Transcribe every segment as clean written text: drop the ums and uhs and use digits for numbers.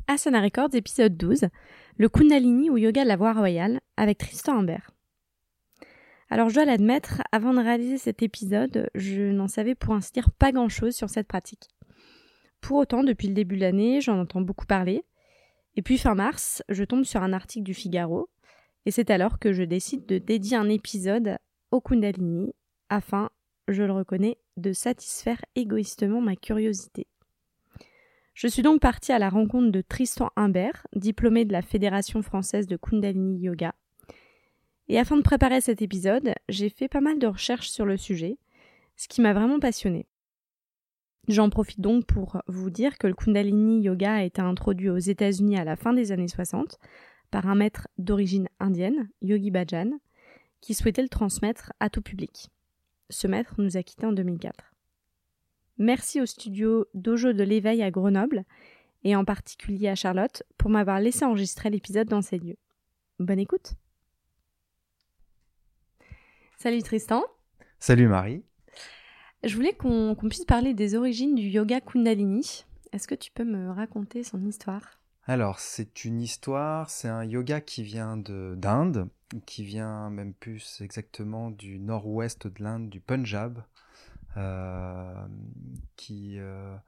Asana Records, épisode 12, le Kundalini ou yoga de la voie royale, avec Tristan Imbert. Alors je dois l'admettre, avant de réaliser cet épisode, je n'en savais pour ainsi dire pas grand-chose sur cette pratique. Pour autant, depuis le début de l'année, j'en entends beaucoup parler. Et puis fin mars, je tombe sur un article du Figaro, et c'est alors que je décide de dédier un épisode au Kundalini, afin, je le reconnais, de satisfaire égoïstement ma curiosité. Je suis donc partie à la rencontre de Tristan Imbert, diplômé de la Fédération française de Kundalini Yoga. Et afin de préparer cet épisode, j'ai fait pas mal de recherches sur le sujet, ce qui m'a vraiment passionnée. J'en profite donc pour vous dire que le Kundalini Yoga a été introduit aux États-Unis à la fin des années 60 par un maître d'origine indienne, Yogi Bhajan, qui souhaitait le transmettre à tout public. Ce maître nous a quittés en 2004. Merci au studio Dojo de l'éveil à Grenoble, et en particulier à Charlotte, pour m'avoir laissé enregistrer l'épisode dans ces lieux. Bonne écoute. Salut Tristan. Salut Marie. Je voulais qu'on puisse parler des origines du yoga Kundalini. Est-ce que tu peux me raconter son histoire ? Alors, c'est une histoire, c'est un yoga qui vient d'Inde, qui vient même plus exactement du nord-ouest de l'Inde, du Punjab, qui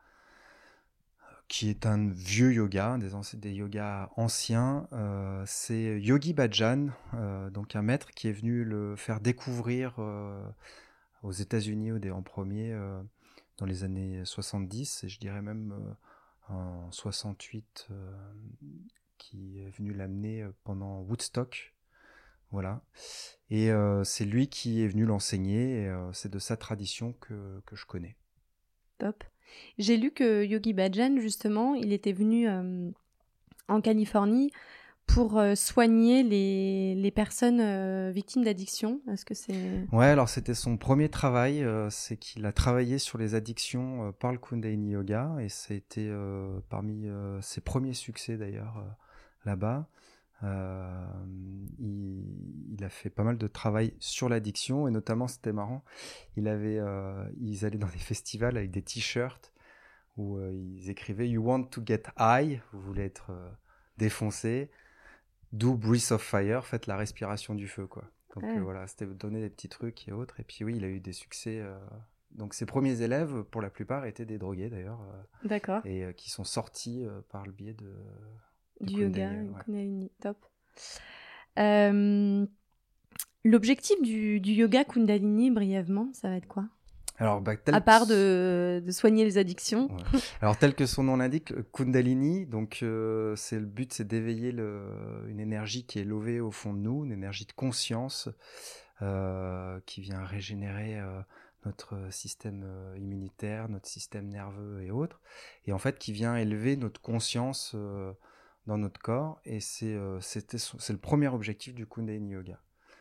est un vieux yoga, des yogas anciens. C'est Yogi Bhajan, donc un maître qui est venu le faire découvrir aux États-Unis en premier dans les années 70, et je dirais même en 68, qui est venu l'amener pendant Woodstock. Voilà. Et c'est lui qui est venu l'enseigner, et c'est de sa tradition que je connais. Top. J'ai lu que Yogi Bhajan, justement, il était venu en Californie pour soigner les personnes victimes d'addiction. Est-ce que c'est... Ouais, alors c'était son premier travail, c'est qu'il a travaillé sur les addictions par le Kundalini Yoga, et c'était parmi ses premiers succès d'ailleurs là-bas. Il a fait pas mal de travail sur l'addiction, et notamment c'était marrant, ils allaient dans des festivals avec des t-shirts où ils écrivaient You want to get high, vous voulez être défoncé, do breath of fire, faites la respiration du feu, quoi. Donc voilà, c'était donner des petits trucs et autres. Et puis oui, il a eu des succès. Donc ses premiers élèves, pour la plupart, étaient des drogués d'ailleurs. D'accord. Et qui sont sortis par le biais du yoga, ouais. Kundalini, top. L'objectif du yoga Kundalini, brièvement, ça va être quoi ? Alors, à part de soigner les addictions. Ouais. Alors, tel que son nom l'indique, Kundalini, donc le but, c'est d'éveiller une énergie qui est levée au fond de nous, une énergie de conscience qui vient régénérer notre système immunitaire, notre système nerveux et autres, et en fait qui vient élever notre conscience dans notre corps, et c'est le premier objectif du Kundalini Yoga.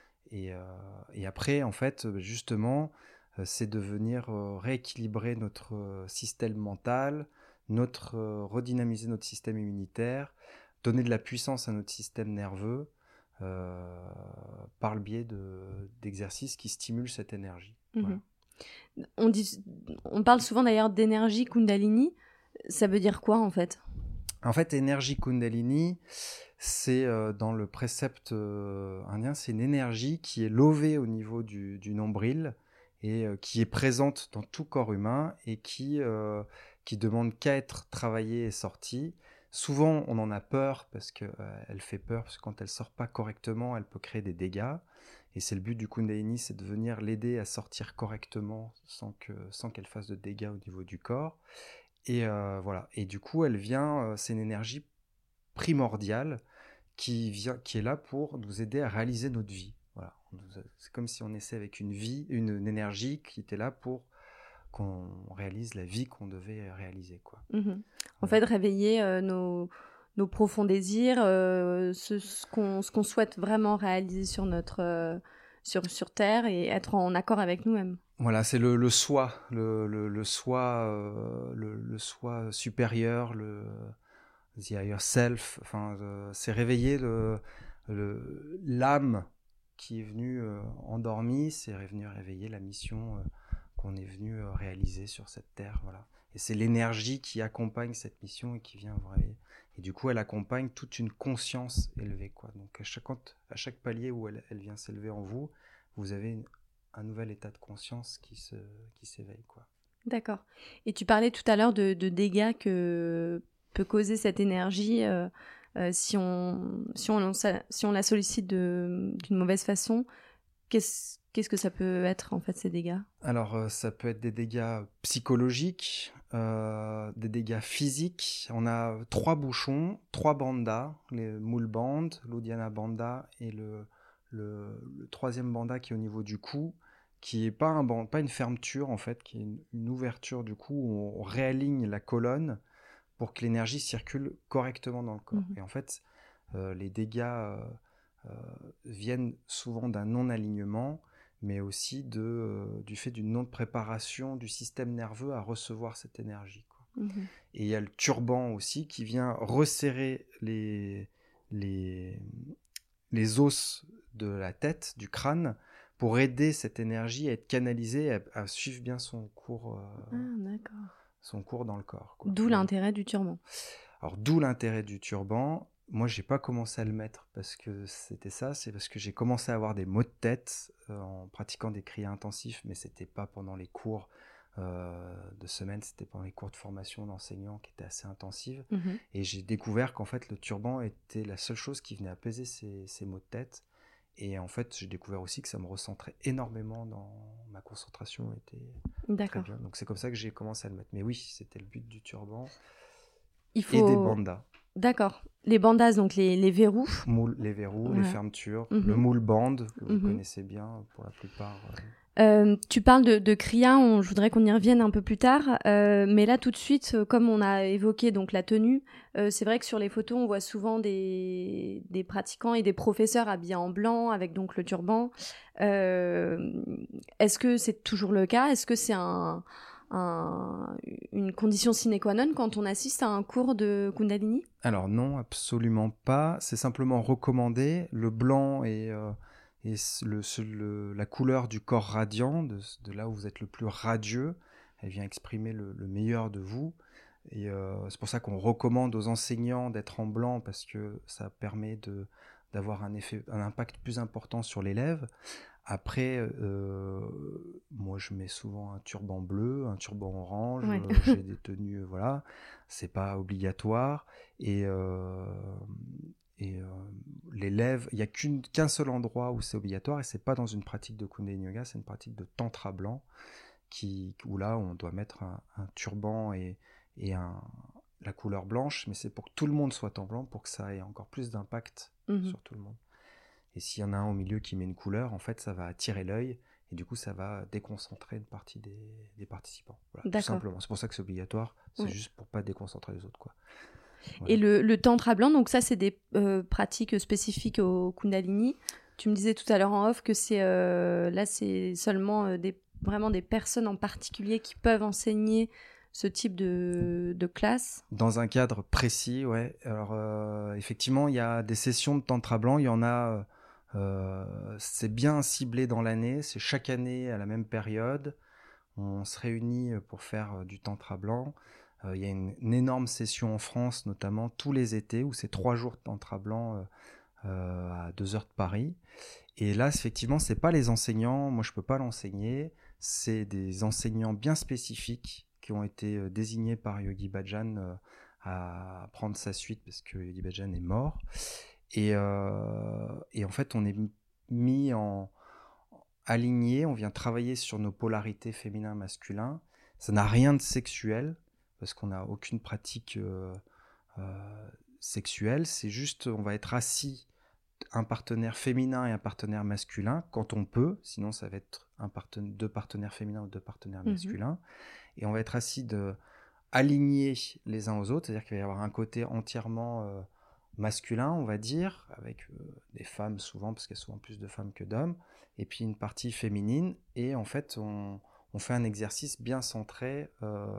Et après, en fait, justement, c'est de venir rééquilibrer notre système mental, redynamiser notre système immunitaire, donner de la puissance à notre système nerveux par le biais d'exercices qui stimulent cette énergie. Mmh. Voilà. On parle souvent d'ailleurs d'énergie Kundalini. Ça veut dire quoi en fait ? En fait, énergie Kundalini, c'est dans le précepte indien, c'est une énergie qui est levée au niveau du nombril, et qui est présente dans tout corps humain, et qui demande qu'à être travaillée et sortie. Souvent, on en a peur parce qu'elle fait peur, parce que quand elle ne sort pas correctement, elle peut créer des dégâts. Et c'est le but du Kundalini, c'est de venir l'aider à sortir correctement sans qu'elle fasse de dégâts au niveau du corps. Et voilà. Et du coup, elle vient, c'est une énergie primordiale qui est là pour nous aider à réaliser notre vie. Voilà. C'est comme si on naissait avec une énergie qui était là pour qu'on réalise la vie qu'on devait réaliser, quoi. Mmh. En fait, réveiller nos profonds désirs, ce qu'on souhaite vraiment réaliser sur notre sur Terre, et être en accord avec nous-mêmes. Voilà, c'est le soi, le soi, le soi supérieur, the higher self. Enfin, c'est réveiller l'âme qui est venue endormie, c'est venu réveiller la mission qu'on est venu réaliser sur cette terre. Voilà. Et c'est l'énergie qui accompagne cette mission et qui vient vous réveiller. Et du coup, elle accompagne toute une conscience élevée, quoi. Donc, à chaque palier où elle vient s'élever en vous, vous avez un nouvel état de conscience qui s'éveille, quoi. D'accord. Et tu parlais tout à l'heure de dégâts que peut causer cette énergie si on la sollicite d'une mauvaise façon. Qu'est-ce que ça peut être, en fait, ces dégâts? Alors, ça peut être des dégâts psychologiques, des dégâts physiques. On a 3 bouchons, 3 bandas, les Mool Band, l'Uddiyana Banda et le troisième banda qui est au niveau du cou, qui n'est pas pas une fermeture, en fait, qui est une ouverture du cou où on réaligne la colonne pour que l'énergie circule correctement dans le corps. Et en fait, les dégâts viennent souvent d'un non-alignement, mais aussi du fait d'une non-préparation du système nerveux à recevoir cette énergie, quoi. Et il y a le turban aussi qui vient resserrer les os de la tête, du crâne, pour aider cette énergie à être canalisée, à suivre bien son cours, son cours dans le corps, quoi. D'où l'intérêt du turban. Alors, d'où l'intérêt du turban. Moi, j'ai pas commencé à le mettre parce que c'est parce que j'ai commencé à avoir des maux de tête en pratiquant des kriya intensifs, mais c'était pas pendant les cours de semaine, c'était pendant les cours de formation d'enseignants qui étaient assez intensives. Et j'ai découvert qu'en fait, le turban était la seule chose qui venait apaiser ces maux de tête. Et en fait, j'ai découvert aussi que ça me recentrait énormément dans ma concentration, était très bien. Donc c'est comme ça que j'ai commencé à le mettre. Mais oui, c'était le but du turban. Et des bandas. D'accord. Les bandas, donc les verrous. Les verrous, les fermetures, le moule band, que vous connaissez bien pour la plupart. Tu parles de kriya, je voudrais qu'on y revienne un peu plus tard, mais là tout de suite, comme on a évoqué donc la tenue, c'est vrai que sur les photos on voit souvent des pratiquants et des professeurs habillés en blanc avec donc le turban. Est-ce que c'est toujours le cas? Est-ce que c'est une condition sine qua non quand on assiste à un cours de Kundalini? Alors non, absolument pas. C'est simplement recommandé. Le blanc et la couleur du corps radiant, de là où vous êtes le plus radieux, elle vient exprimer le meilleur de vous. Et c'est pour ça qu'on recommande aux enseignants d'être en blanc, parce que ça permet d'avoir un impact plus important sur l'élève. Après, moi je mets souvent un turban bleu, un turban orange, j'ai des tenues, voilà, c'est pas obligatoire. Et l'élève, il n'y a qu'un seul endroit où c'est obligatoire, et c'est pas dans une pratique de Kundalini Yoga, c'est une pratique de Tantra blanc, où là on doit mettre un turban et la couleur blanche, mais c'est pour que tout le monde soit en blanc, pour que ça ait encore plus d'impact sur tout le monde. Et s'il y en a un au milieu qui met une couleur, en fait, ça va attirer l'œil et du coup, ça va déconcentrer une partie des participants. Voilà, tout simplement. C'est pour ça que c'est obligatoire. C'est juste pour pas déconcentrer les autres, quoi. Voilà. Et le tantra blanc, donc ça, c'est des pratiques spécifiques au Kundalini. Tu me disais tout à l'heure en off que là, c'est seulement vraiment des personnes en particulier qui peuvent enseigner ce type de classe. Dans un cadre précis, ouais. Alors, effectivement, il y a des sessions de tantra blanc. Il y en a... c'est bien ciblé dans l'année, c'est chaque année à la même période, on se réunit pour faire du tantra blanc. Il y a une énorme session en France, notamment tous les étés, où c'est 3 jours de tantra blanc à 2 heures de Paris. Et là, effectivement, c'est pas les enseignants, moi je peux pas l'enseigner, c'est des enseignants bien spécifiques qui ont été désignés par Yogi Bhajan à prendre sa suite, parce que Yogi Bhajan est mort. Et en fait, on est mis aligné, on vient travailler sur nos polarités féminin-masculin. Ça n'a rien de sexuel, parce qu'on n'a aucune pratique sexuelle. C'est juste, on va être assis, un partenaire féminin et un partenaire masculin, quand on peut. Sinon, ça va être 2 partenaires féminins ou 2 partenaires masculins. Et on va être assis alignés les uns aux autres, c'est-à-dire qu'il va y avoir un côté entièrement... masculin, on va dire, avec des femmes souvent, parce qu'il y a souvent plus de femmes que d'hommes, et puis une partie féminine, et en fait, on fait un exercice bien centré,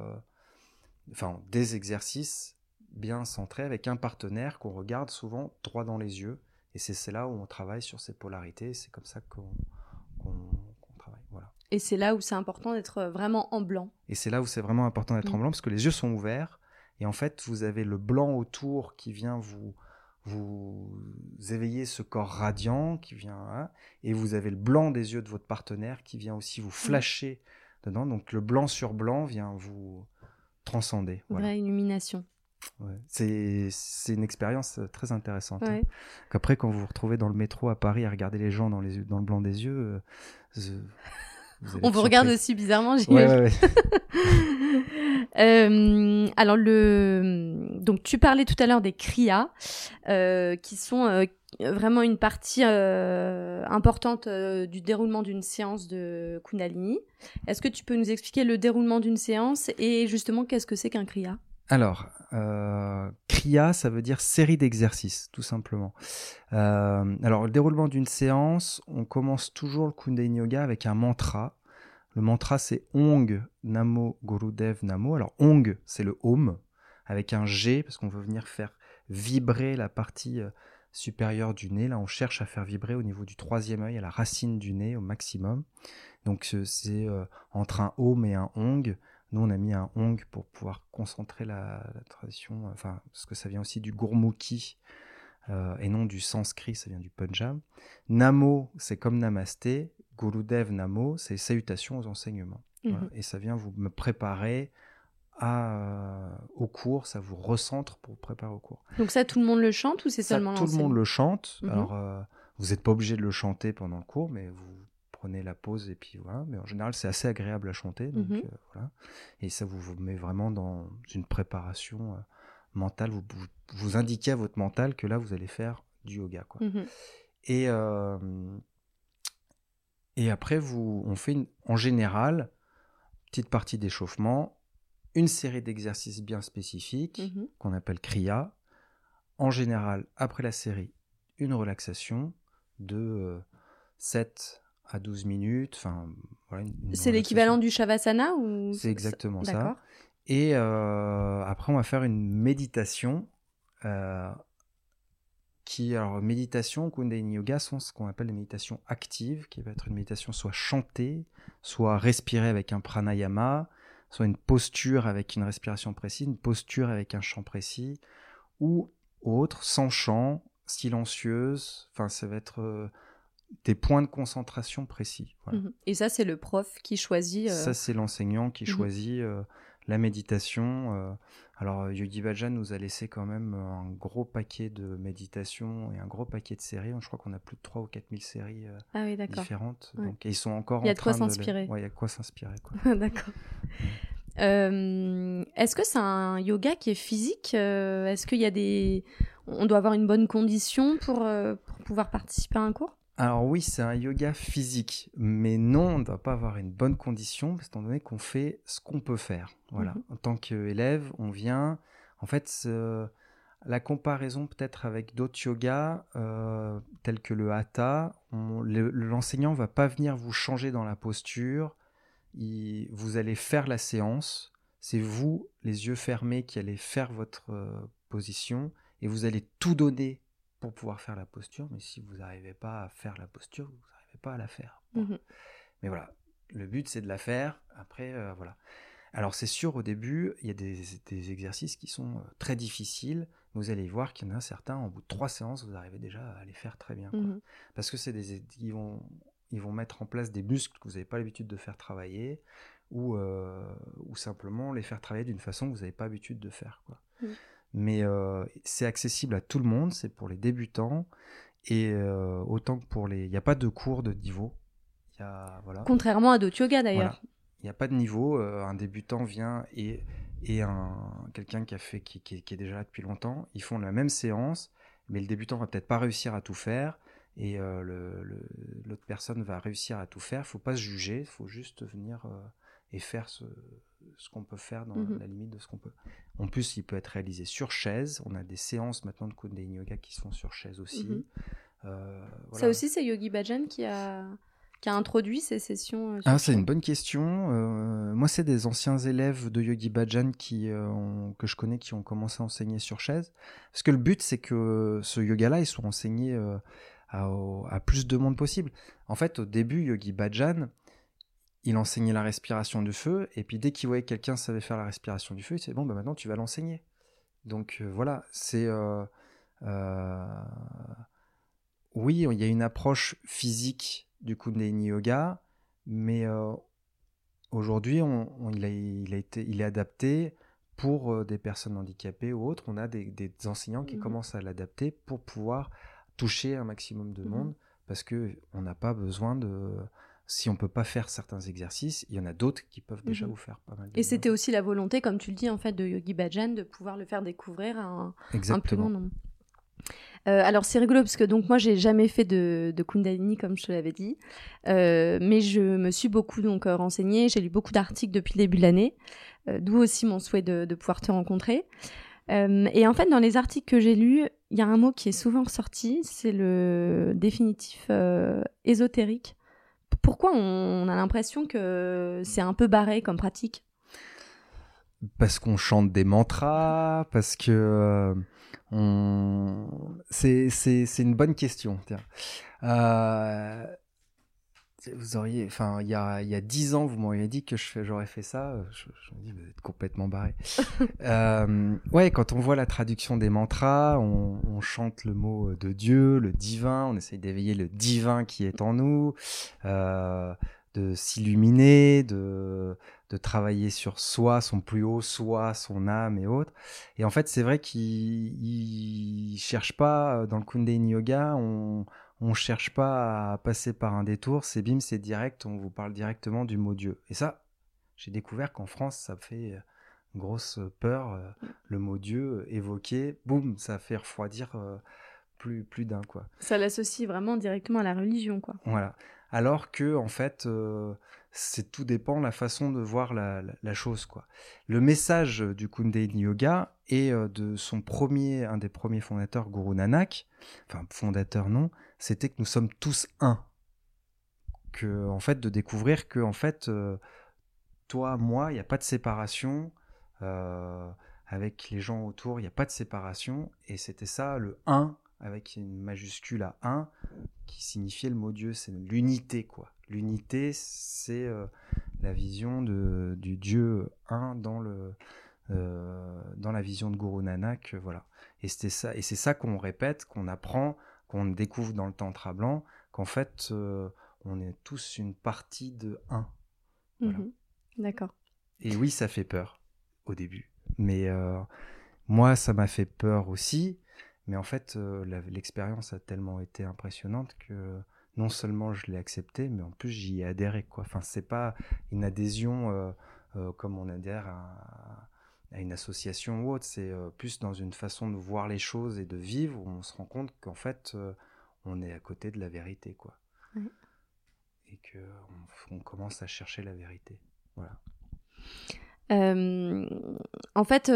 des exercices bien centrés avec un partenaire qu'on regarde souvent droit dans les yeux, et c'est là où on travaille sur ces polarités, c'est comme ça qu'on travaille, voilà. Et c'est là où c'est important d'être vraiment en blanc. Et c'est là où c'est vraiment important d'être en blanc, parce que les yeux sont ouverts, Et en fait, vous avez le blanc autour qui vient vous éveiller ce corps radiant, qui vient, hein, et vous avez le blanc des yeux de votre partenaire qui vient aussi vous flasher dedans. Donc le blanc sur blanc vient vous transcender. Voilà. Vraie illumination. Ouais. C'est une expérience très intéressante. Ouais. Hein. Qu'après, quand vous vous retrouvez dans le métro à Paris à regarder les gens dans le blanc des yeux, on vous regarde aussi bizarrement, ouais. Alors donc tu parlais tout à l'heure des kriyas, qui sont vraiment une partie importante du déroulement d'une séance de Kundalini. Est-ce que tu peux nous expliquer le déroulement d'une séance et justement qu'est-ce que c'est qu'un kriya ? Alors, kriya, ça veut dire série d'exercices, tout simplement. Alors, le déroulement d'une séance, on commence toujours le Kundalini Yoga avec un mantra. Le mantra, c'est Ong Namo Gurudev Namo. Alors, Ong, c'est le Om, avec un G, parce qu'on veut venir faire vibrer la partie supérieure du nez. Là, on cherche à faire vibrer au niveau du troisième œil, à la racine du nez au maximum. Donc, c'est entre un Om et un Ong. Nous, on a mis un Ong pour pouvoir concentrer la tradition, enfin, parce que ça vient aussi du Gurmukhi et non du sanskrit, ça vient du Punjab. Namo, c'est comme Namasté. Gurudev Namo, c'est salutations aux enseignements. Voilà. Et ça vient vous me préparer au cours, ça vous recentre pour vous préparer au cours. Donc ça, tout le monde le chante ou c'est seulement l'enseignant ? Tout le monde le chante. Alors, vous n'êtes pas obligé de le chanter pendant le cours, mais vous prenez la pause et puis voilà. Mais en général, c'est assez agréable à chanter. Donc, voilà. Et ça vous met vraiment dans une préparation mentale. Vous indiquez à votre mental que là, vous allez faire du yoga, quoi. Et après, on fait en général, petite partie d'échauffement, une série d'exercices bien spécifiques qu'on appelle kriya. En général, après la série, une relaxation de 7 à 12 minutes. Enfin, voilà, c'est l'équivalent du Shavasana ou... C'est exactement D'accord. ça. Et après, on va faire une méditation alors, méditation, Kundalini Yoga sont ce qu'on appelle des méditations actives, qui va être une méditation soit chantée, soit respirée avec un pranayama, soit une posture avec une respiration précise, une posture avec un chant précis, ou autre, sans chant, silencieuse. Enfin, ça va être des points de concentration précis. Voilà. Et ça, c'est le prof qui choisit... Ça, c'est l'enseignant qui choisit la méditation. Alors, Yogi Bhajan nous a laissé quand même un gros paquet de méditations et un gros paquet de séries. Je crois qu'on a plus de 3 ou 4 000 séries différentes. Ouais. Donc, et ils sont encore il y a de quoi s'inspirer. Ouais, il y a de quoi s'inspirer. Quoi. D'accord. Est-ce que c'est un yoga qui est physique ? Est-ce qu'il y a on doit avoir une bonne condition pour pouvoir participer à un cours ? Alors oui, c'est un yoga physique, mais non, on ne doit pas avoir une bonne condition, étant donné qu'on fait ce qu'on peut faire. Voilà. En tant qu'élève, on vient... En fait, la comparaison peut-être avec d'autres yogas, tels que le Hatha, l'enseignant ne va pas venir vous changer dans la posture, vous allez faire la séance, c'est vous, les yeux fermés, qui allez faire votre position, et vous allez tout donner pour pouvoir faire la posture, mais si vous n'arrivez pas à faire la posture, vous n'arrivez pas à la faire. Bon. Mais voilà, le but c'est de la faire, après voilà. Alors c'est sûr, au début, il y a des exercices qui sont très difficiles, mais vous allez voir qu'il y en a certains, en bout de 3 séances, vous arrivez déjà à les faire très bien. Quoi. Parce que ils vont mettre en place des muscles que vous n'avez pas l'habitude de faire travailler, ou simplement les faire travailler d'une façon que vous n'avez pas l'habitude de faire. Quoi. Mais c'est accessible à tout le monde, c'est pour les débutants, et autant que pour les... Il n'y a pas de cours de niveau. Voilà. Contrairement à d'autres yogas d'ailleurs. Voilà. Il n'y a pas de niveau, un débutant vient et quelqu'un qui est déjà là depuis longtemps, ils font la même séance, mais le débutant va peut-être pas réussir à tout faire, et l'autre personne va réussir à tout faire. Il ne faut pas se juger, il faut juste venir et faire ce qu'on peut faire dans la limite de ce qu'on peut. En plus, il peut être réalisé sur chaise. On a des séances maintenant de Kundalini Yoga qui se font sur chaise aussi. Voilà. Ça aussi, c'est Yogi Bhajan qui a introduit ces sessions c'est une bonne question. Moi, c'est des anciens élèves de Yogi Bhajan que je connais qui ont commencé à enseigner sur chaise. Parce que le but, c'est que ce yoga-là, il soit enseigné à plus de monde possible. En fait, au début, Yogi Bhajan, il enseignait la respiration du feu, et puis dès qu'il voyait que quelqu'un savait faire la respiration du feu, il disait bon, maintenant tu vas l'enseigner. Donc voilà, c'est oui, il y a une approche physique du Kundalini Yoga, mais aujourd'hui, il est adapté pour des personnes handicapées ou autres. On a des enseignants qui commencent à l'adapter pour pouvoir toucher un maximum de monde, parce qu'on n'a pas besoin de... Si on ne peut pas faire certains exercices, il y en a d'autres qui peuvent déjà vous faire pas mal de... Et c'était aussi la volonté, comme tu le dis, en fait, de Yogi Bhajan, de pouvoir le faire découvrir à un plus grand nombre. Alors c'est rigolo parce que donc moi j'ai jamais fait de Kundalini comme je te l'avais dit, mais je me suis beaucoup renseignée, j'ai lu beaucoup d'articles depuis le début de l'année, d'où aussi mon souhait de pouvoir te rencontrer. Et en fait dans les articles que j'ai lus, il y a un mot qui est souvent ressorti, c'est le définitif ésotérique. Pourquoi on a l'impression que c'est un peu barré comme pratique ? Parce qu'on chante des mantras, parce que c'est une bonne question. Tiens. Vous auriez, enfin, il y a 10 ans, vous m'auriez dit que j'aurais fait ça. Je me dis, vous êtes complètement barré. Ouais, quand on voit la traduction des mantras, on chante le mot de Dieu, le divin. On essaye d'éveiller le divin qui est en nous, de s'illuminer, de travailler sur soi, son plus haut soi, son âme et autres. Et en fait, c'est vrai qu'ils cherchent pas dans le Kundalini Yoga. On cherche pas à passer par un détour, c'est bim, c'est direct, on vous parle directement du mot Dieu. Et ça, j'ai découvert qu'en France, ça fait une grosse peur, le mot Dieu évoqué, boum, ça fait refroidir plus d'un, quoi. Ça l'associe vraiment directement à la religion, quoi. Voilà. Alors que, en fait, c'est tout dépend de la façon de voir la chose, quoi. Le message du Kundalini Yoga et de un des premiers fondateurs, Guru Nanak, enfin, fondateur non, c'était que nous sommes tous un. Que, en fait, de découvrir que, en fait, toi, moi, il n'y a pas de séparation. Avec les gens autour, il n'y a pas de séparation. Et c'était ça, le un, avec une majuscule à 1, qui signifiait le mot Dieu, c'est l'unité, quoi. L'unité, c'est la vision du Dieu un dans la vision de Guru Nanak, voilà. Et c'était ça, et c'est ça qu'on répète, qu'on apprend, qu'on découvre dans le Tantra blanc, qu'en fait, on est tous une partie de un. Voilà. D'accord. Et oui, ça fait peur au début, mais moi, ça m'a fait peur aussi. Mais en fait, l'expérience a tellement été impressionnante que non seulement je l'ai accepté, mais en plus j'y ai adhéré, quoi. Enfin, c'est pas une adhésion comme on adhère à une association ou autre. C'est plus dans une façon de voir les choses et de vivre où on se rend compte qu'en fait, on est à côté de la vérité, quoi. Oui. Et qu'on commence à chercher la vérité. Voilà. En fait, il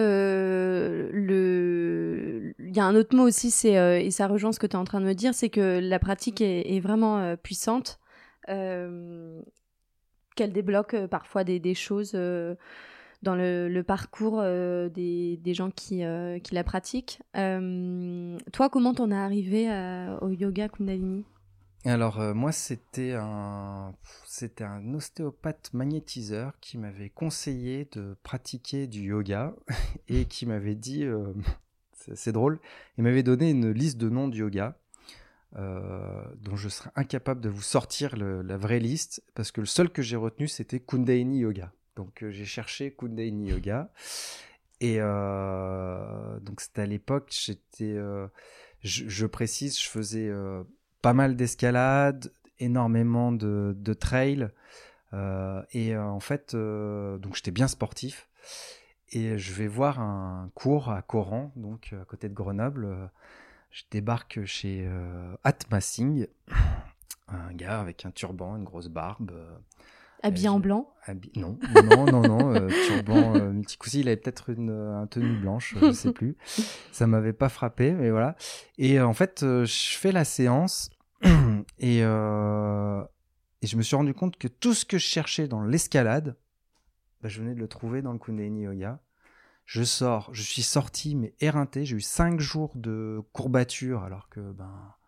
y a un autre mot aussi, et ça rejoint ce que tu es en train de me dire, c'est que la pratique est vraiment puissante, qu'elle débloque parfois des choses dans le parcours des gens qui la pratiquent. Toi, comment t'en es arrivé au yoga Kundalini ? Alors moi c'était un ostéopathe magnétiseur qui m'avait conseillé de pratiquer du yoga et qui m'avait dit, c'est drôle, il m'avait donné une liste de noms de yoga dont je serais incapable de vous sortir la vraie liste parce que le seul que j'ai retenu c'était Kundalini Yoga. Donc j'ai cherché Kundalini Yoga et donc c'était à l'époque, je précise, je faisais pas mal d'escalade, énormément de trail. Et en fait, donc j'étais bien sportif. Et je vais voir un cours à Coran, donc à côté de Grenoble. Je débarque chez Atma Singh, un gars avec un turban, une grosse barbe. Habillé en blanc ? Non, turban multicoussi. Il avait peut-être une tenue blanche, je sais plus. Ça m'avait pas frappé, mais voilà. Et en fait, je fais la séance et je me suis rendu compte que tout ce que je cherchais dans l'escalade, je venais de le trouver dans le Kundalini Yoga. Je suis sorti mais éreinté. J'ai eu 5 jours de courbatures alors que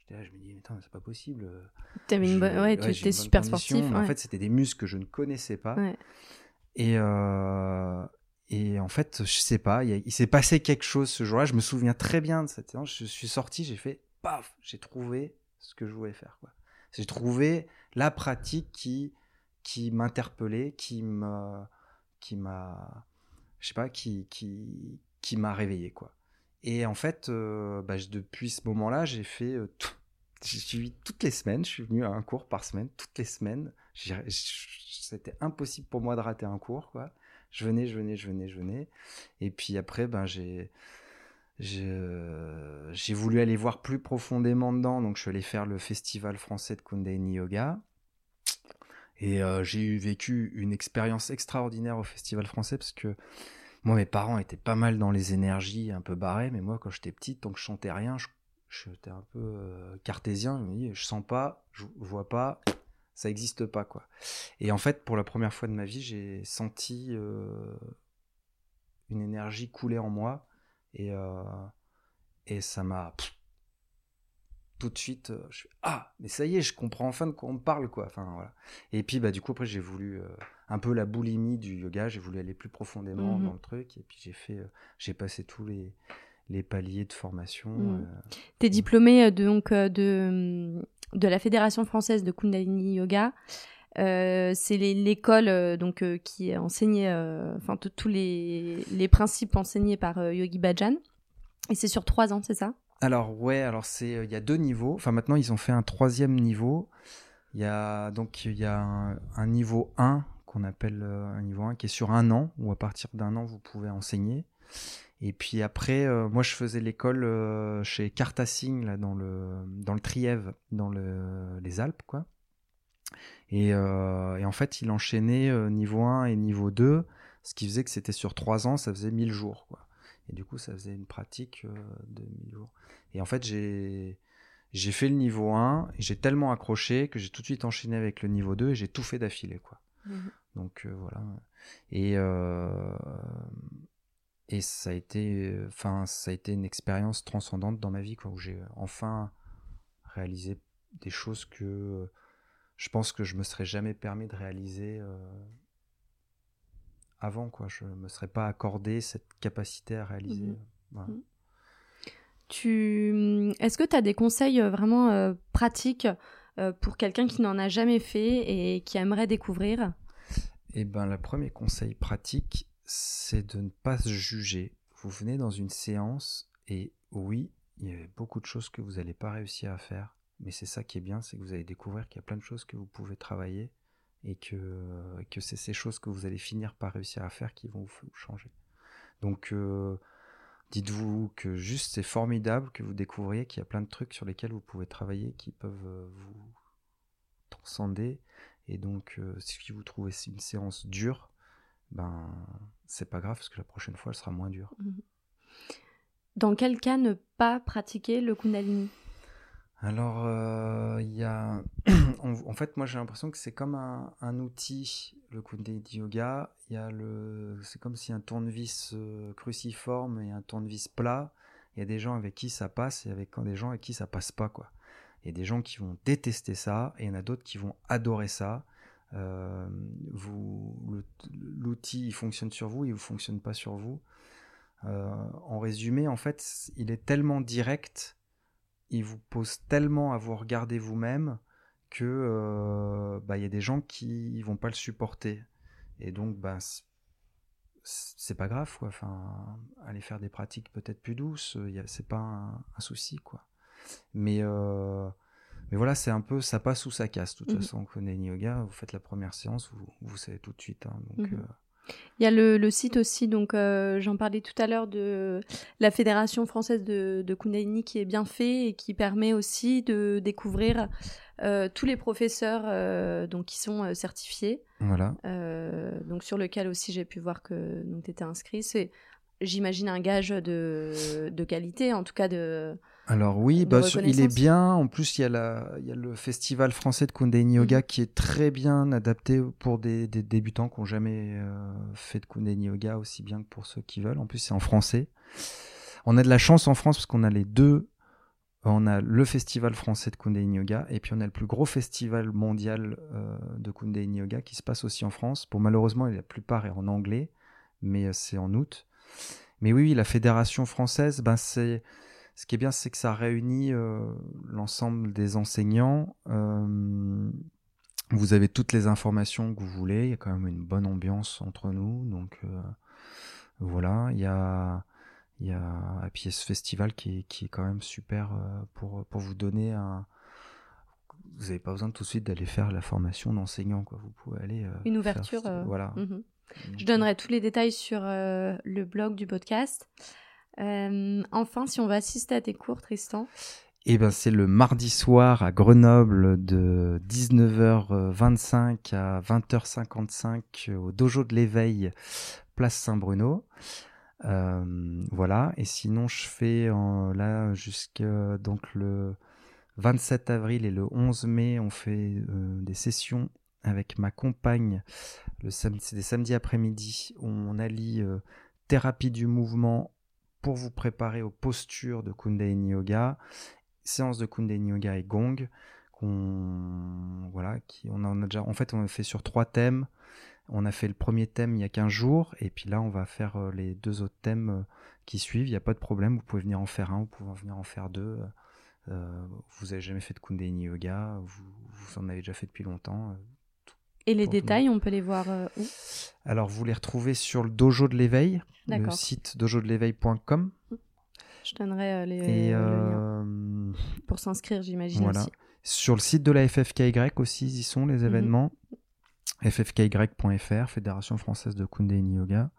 J'étais là, je me dis, mais attends, c'est pas possible. T'avais j'ai tu une étais bonne super condition. sportif. Mais en fait, c'était des muscles que je ne connaissais pas. Ouais. Et en fait, je sais pas, il s'est passé quelque chose ce jour-là. Je me souviens très bien de cette séance. Je suis sorti, j'ai fait paf, j'ai trouvé ce que je voulais faire, quoi. J'ai trouvé la pratique qui m'interpellait, qui m'a, je sais pas, qui m'a réveillé, quoi. Et en fait, depuis ce moment-là, j'ai fait j'ai suivi toutes les semaines. Je suis venu à un cours par semaine, toutes les semaines. C'était impossible pour moi de rater un cours, quoi. Je venais. Et puis après, j'ai voulu aller voir plus profondément dedans. Donc, je suis allé faire le festival français de Kundalini Yoga. Et j'ai vécu une expérience extraordinaire au festival français parce que moi, mes parents étaient pas mal dans les énergies, un peu barrés. Mais moi, quand j'étais petit, tant que je chantais rien, j'étais un peu cartésien. Je me dis, je sens pas, je vois pas, ça n'existe pas, quoi. Et en fait, pour la première fois de ma vie, j'ai senti une énergie couler en moi et ça m'a tout de suite je fais, ah, mais ça y est, je comprends enfin de quoi on me parle, quoi. Enfin voilà. Et puis du coup après j'ai voulu un peu la boulimie du yoga, j'ai voulu aller plus profondément dans le truc et puis j'ai passé tous les paliers de formation. T'es diplômé de la Fédération française de Kundalini Yoga. C'est l'école qui enseignait tous les principes enseignés par Yogi Bhajan. Et c'est sur 3 ans, c'est ça? Alors il y a 2 niveaux. Enfin maintenant ils ont fait un 3e niveau. Il y a un niveau 1 qu'on appelle un niveau 1 qui est sur 1 an, où à partir d'1 an vous pouvez enseigner. Et puis après, moi je faisais l'école chez Karta Singh là, dans le Trièves, dans les Alpes, quoi. Et en fait il enchaînait niveau 1 et niveau 2, ce qui faisait que c'était sur 3 ans, ça faisait 1000 jours, quoi. Et du coup ça faisait une pratique de 1000 jours. Et en fait j'ai fait le niveau 1 et j'ai tellement accroché que j'ai tout de suite enchaîné avec le niveau 2 et j'ai tout fait d'affilée, quoi. Donc voilà. Et ça a été une expérience transcendante dans ma vie, quoi, où j'ai enfin réalisé des choses que je pense que je me serais jamais permis de réaliser avant, quoi. Je me serais pas accordé cette capacité à réaliser. Voilà. Est-ce que tu as des conseils vraiment pratiques pour quelqu'un qui n'en a jamais fait et qui aimerait découvrir? Eh ben, le premier conseil pratique, c'est de ne pas se juger. Vous venez dans une séance et oui, il y a beaucoup de choses que vous n'allez pas réussir à faire, mais c'est ça qui est bien, c'est que vous allez découvrir qu'il y a plein de choses que vous pouvez travailler et que c'est ces choses que vous allez finir par réussir à faire qui vont vous changer. Donc, dites-vous que juste c'est formidable que vous découvriez qu'il y a plein de trucs sur lesquels vous pouvez travailler qui peuvent vous transcender. Et donc, si vous trouvez une séance dure, ben, c'est pas grave parce que la prochaine fois, elle sera moins dure. Dans quel cas ne pas pratiquer le Kundalini? Alors, il y a... en fait, moi, j'ai l'impression que c'est comme un outil, le Kundalini Yoga. C'est comme si un tournevis cruciforme et un tournevis plat. Il y a des gens avec qui ça passe et des gens avec qui ça passe pas, quoi. Il y a des gens qui vont détester ça et il y en a d'autres qui vont adorer ça. L'outil, il fonctionne sur vous, il ne fonctionne pas sur vous. En résumé, en fait, il est tellement direct, il vous pose tellement à vous regarder vous-même que y a des gens qui ne vont pas le supporter. Et donc, c'est pas grave, quoi. Enfin, aller faire des pratiques peut-être plus douces, c'est pas un souci, quoi. Mais voilà, c'est un peu, ça passe ou ça casse. De toute façon, Kundalini Yoga, vous faites la première séance, vous savez tout de suite. Hein, donc, il y a le site aussi, donc j'en parlais tout à l'heure de la Fédération française de Kundalini qui est bien fait et qui permet aussi de découvrir tous les professeurs donc, qui sont certifiés. Voilà. Donc sur lequel aussi j'ai pu voir que tu étais inscrit. C'est, j'imagine, un gage de qualité, en tout cas de... Alors oui, il est bien. En plus, il y a le festival français de Kundalini Yoga qui est très bien adapté pour des débutants qui n'ont jamais fait de Kundalini Yoga, aussi bien que pour ceux qui veulent. En plus, c'est en français. On a de la chance en France parce qu'on a les deux On a le festival français de Kundalini Yoga et puis on a le plus gros festival mondial de Kundalini Yoga qui se passe aussi en France. Bon, malheureusement, la plupart est en anglais, mais c'est en août. Mais oui, la fédération française, ce qui est bien, c'est que ça réunit l'ensemble des enseignants. Vous avez toutes les informations que vous voulez. Il y a quand même une bonne ambiance entre nous. Donc voilà, et puis il y a ce festival qui est quand même super pour vous donner un... Vous n'avez pas besoin tout de suite d'aller faire la formation d'enseignant, quoi. Vous pouvez aller... une ouverture. Voilà. Je donnerai tous les détails sur le blog du podcast. Enfin, si on veut assister à tes cours, Tristan. C'est le mardi soir à Grenoble de 19h25 à 20h55 au Dojo de l'Éveil, place Saint-Bruno. Voilà. Et sinon, je fais là jusqu'à donc le 27 avril et le 11 mai, on fait des sessions avec ma compagne. C'est des samedis après-midi où on allie thérapie du mouvement pour vous préparer aux postures de Kundalini Yoga, séance de Kundalini Yoga et Gong. On a déjà, en fait, on a fait sur 3 thèmes. On a fait le premier thème il y a 15 jours, et puis là, on va faire les 2 autres thèmes qui suivent. Il n'y a pas de problème, vous pouvez venir en faire un, vous pouvez venir en faire 2. Vous n'avez jamais fait de Kundalini Yoga, vous en avez déjà fait depuis longtemps. Et les détails, on peut les voir où ? Alors, vous les retrouvez sur le Dojo de l'Éveil, D'accord. le site dojodeleveil.com. Je donnerai le lien pour s'inscrire, j'imagine, voilà. aussi. Sur le site de la FFKY aussi, ils y sont les événements. ffky.fr, Fédération Française de Kundalini Yoga.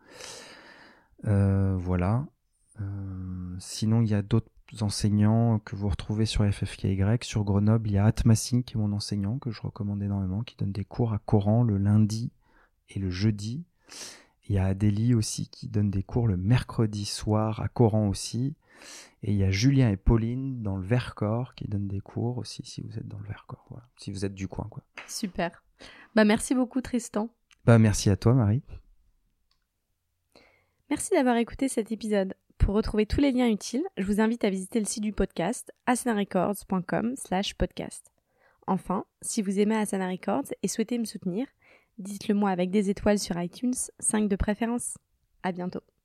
Voilà. Sinon, il y a d'autres enseignants que vous retrouvez sur FFKY. Sur Grenoble, il y a Atma Singh, qui est mon enseignant, que je recommande énormément, qui donne des cours à Coran le lundi et le jeudi. Il y a Adélie aussi, qui donne des cours le mercredi soir à Coran aussi. Et il y a Julien et Pauline dans le Vercors qui donnent des cours aussi, si vous êtes dans le Vercors, voilà. Si vous êtes du coin, quoi. Super. Merci beaucoup, Tristan. Merci à toi, Marie. Merci d'avoir écouté cet épisode. Pour retrouver tous les liens utiles, je vous invite à visiter le site du podcast, asanarecords.com/podcast. Enfin, si vous aimez Asana Records et souhaitez me soutenir, dites-le moi avec des étoiles sur iTunes, 5 de préférence. À bientôt.